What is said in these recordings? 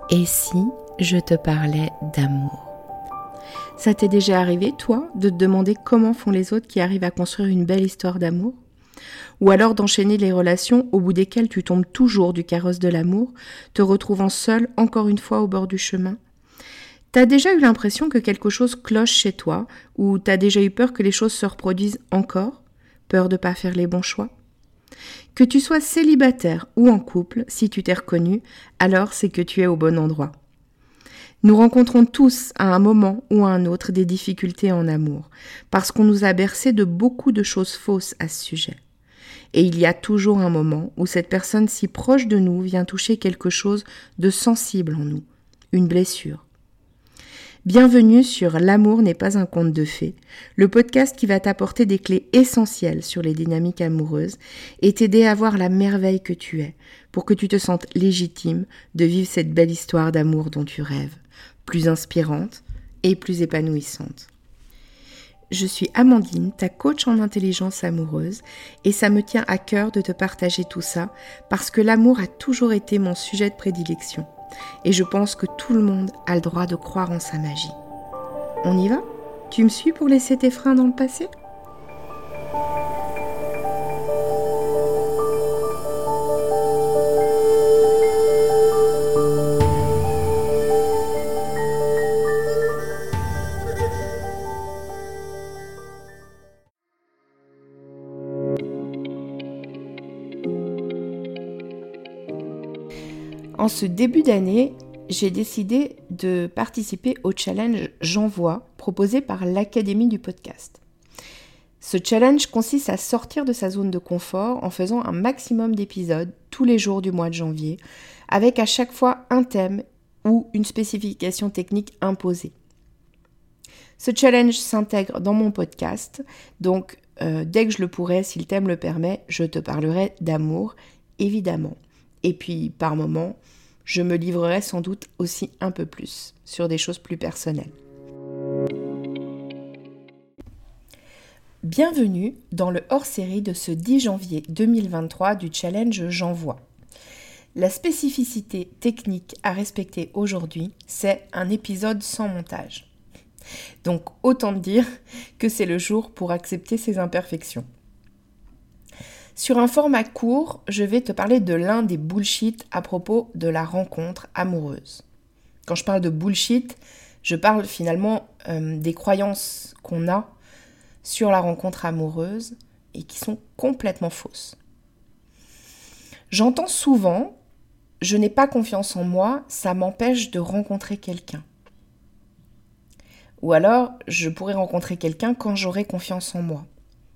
Et si je te parlais d'amour ? Ça t'est déjà arrivé, toi, de te demander comment font les autres qui arrivent à construire une belle histoire d'amour ? Ou alors d'enchaîner les relations au bout desquelles tu tombes toujours du carrosse de l'amour, te retrouvant seul encore une fois au bord du chemin ? T'as déjà eu l'impression que quelque chose cloche chez toi, ou t'as déjà eu peur que les choses se reproduisent encore ? Peur de pas faire les bons choix ? Que tu sois célibataire ou en couple, si tu t'es reconnu, alors c'est que tu es au bon endroit. Nous rencontrons tous à un moment ou à un autre des difficultés en amour, parce qu'on nous a bercé de beaucoup de choses fausses à ce sujet. Et il y a toujours un moment où cette personne si proche de nous vient toucher quelque chose de sensible en nous, une blessure. Bienvenue sur L'amour n'est pas un conte de fées, le podcast qui va t'apporter des clés essentielles sur les dynamiques amoureuses et t'aider à voir la merveille que tu es, pour que tu te sentes légitime de vivre cette belle histoire d'amour dont tu rêves, plus inspirante et plus épanouissante. Je suis Amandine, ta coach en intelligence amoureuse, et ça me tient à cœur de te partager tout ça parce que l'amour a toujours été mon sujet de prédilection. Et je pense que tout le monde a le droit de croire en sa magie. On y va ? Tu me suis pour laisser tes freins dans le passé ? En ce début d'année, j'ai décidé de participer au challenge J'envoie proposé par l'Académie du podcast. Ce challenge consiste à sortir de sa zone de confort en faisant un maximum d'épisodes tous les jours du mois de janvier, avec à chaque fois un thème ou une spécification technique imposée. Ce challenge s'intègre dans mon podcast, donc dès que je le pourrai, si le thème le permet, je te parlerai d'amour, évidemment. Et puis, par moments, je me livrerai sans doute aussi un peu plus sur des choses plus personnelles. Bienvenue dans le hors-série de ce 10 janvier 2023 du challenge J'envoie. La spécificité technique à respecter aujourd'hui, c'est un épisode sans montage. Donc autant dire que c'est le jour pour accepter ses imperfections. Sur un format court, je vais te parler de l'un des bullshit à propos de la rencontre amoureuse. Quand je parle de bullshit, je parle finalement des croyances qu'on a sur la rencontre amoureuse et qui sont complètement fausses. J'entends souvent « je n'ai pas confiance en moi, ça m'empêche de rencontrer quelqu'un ». Ou alors « je pourrais rencontrer quelqu'un quand j'aurai confiance en moi ».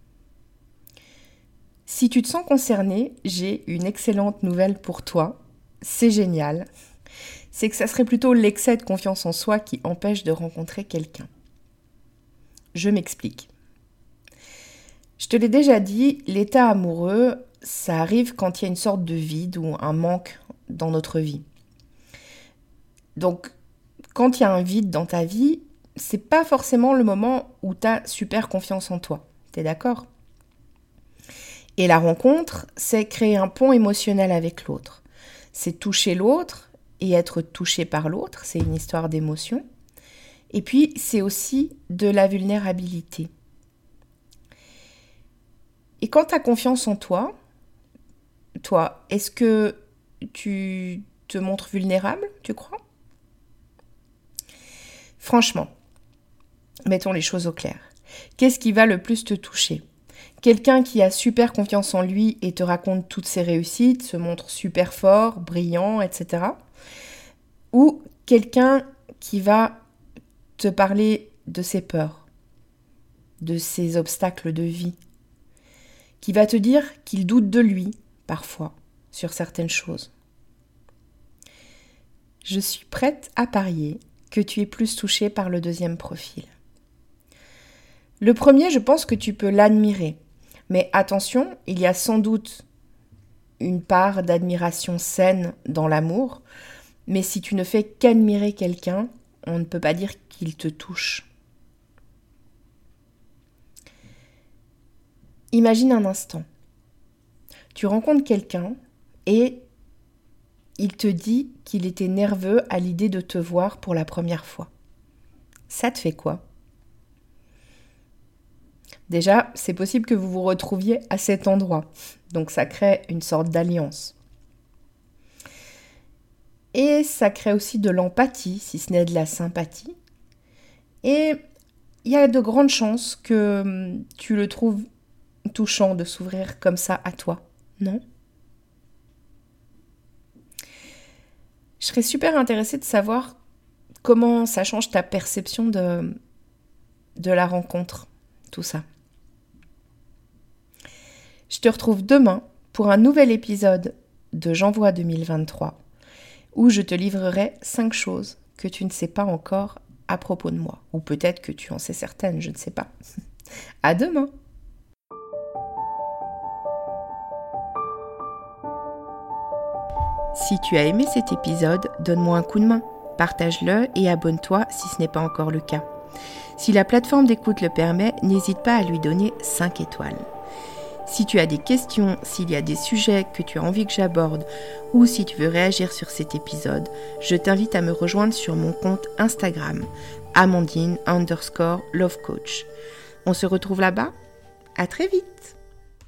Si tu te sens concerné, j'ai une excellente nouvelle pour toi. C'est génial. C'est que ça serait plutôt l'excès de confiance en soi qui empêche de rencontrer quelqu'un. Je m'explique. Je te l'ai déjà dit, l'état amoureux, ça arrive quand il y a une sorte de vide ou un manque dans notre vie. Donc, quand il y a un vide dans ta vie, c'est pas forcément le moment où tu as super confiance en toi. T'es d'accord ? Et la rencontre, c'est créer un pont émotionnel avec l'autre. C'est toucher l'autre et être touché par l'autre, c'est une histoire d'émotion. Et puis, c'est aussi de la vulnérabilité. Et quand tu as confiance en toi, est-ce que tu te montres vulnérable, tu crois ? Franchement, mettons les choses au clair. Qu'est-ce qui va le plus te toucher ? Quelqu'un qui a super confiance en lui et te raconte toutes ses réussites, se montre super fort, brillant, etc. Ou quelqu'un qui va te parler de ses peurs, de ses obstacles de vie, qui va te dire qu'il doute de lui, parfois, sur certaines choses. Je suis prête à parier que tu es plus touché par le deuxième profil. Le premier, je pense que tu peux l'admirer. Mais attention, il y a sans doute une part d'admiration saine dans l'amour, mais si tu ne fais qu'admirer quelqu'un, on ne peut pas dire qu'il te touche. Imagine un instant. Tu rencontres quelqu'un et il te dit qu'il était nerveux à l'idée de te voir pour la première fois. Ça te fait quoi ? Déjà, c'est possible que vous vous retrouviez à cet endroit, donc ça crée une sorte d'alliance. Et ça crée aussi de l'empathie, si ce n'est de la sympathie. Et il y a de grandes chances que tu le trouves touchant de s'ouvrir comme ça à toi, non ? Je serais super intéressée de savoir comment ça change ta perception de la rencontre, tout ça. Je te retrouve demain pour un nouvel épisode de J'envoie 2023 où je te livrerai 5 choses que tu ne sais pas encore à propos de moi. Ou peut-être que tu en sais certaines, je ne sais pas. À demain! Si tu as aimé cet épisode, donne-moi un coup de main, partage-le et abonne-toi si ce n'est pas encore le cas. Si la plateforme d'écoute le permet, n'hésite pas à lui donner 5 étoiles. Si tu as des questions, s'il y a des sujets que tu as envie que j'aborde ou si tu veux réagir sur cet épisode, je t'invite à me rejoindre sur mon compte Instagram, Amandine_lovecoach. On se retrouve là-bas ? À très vite!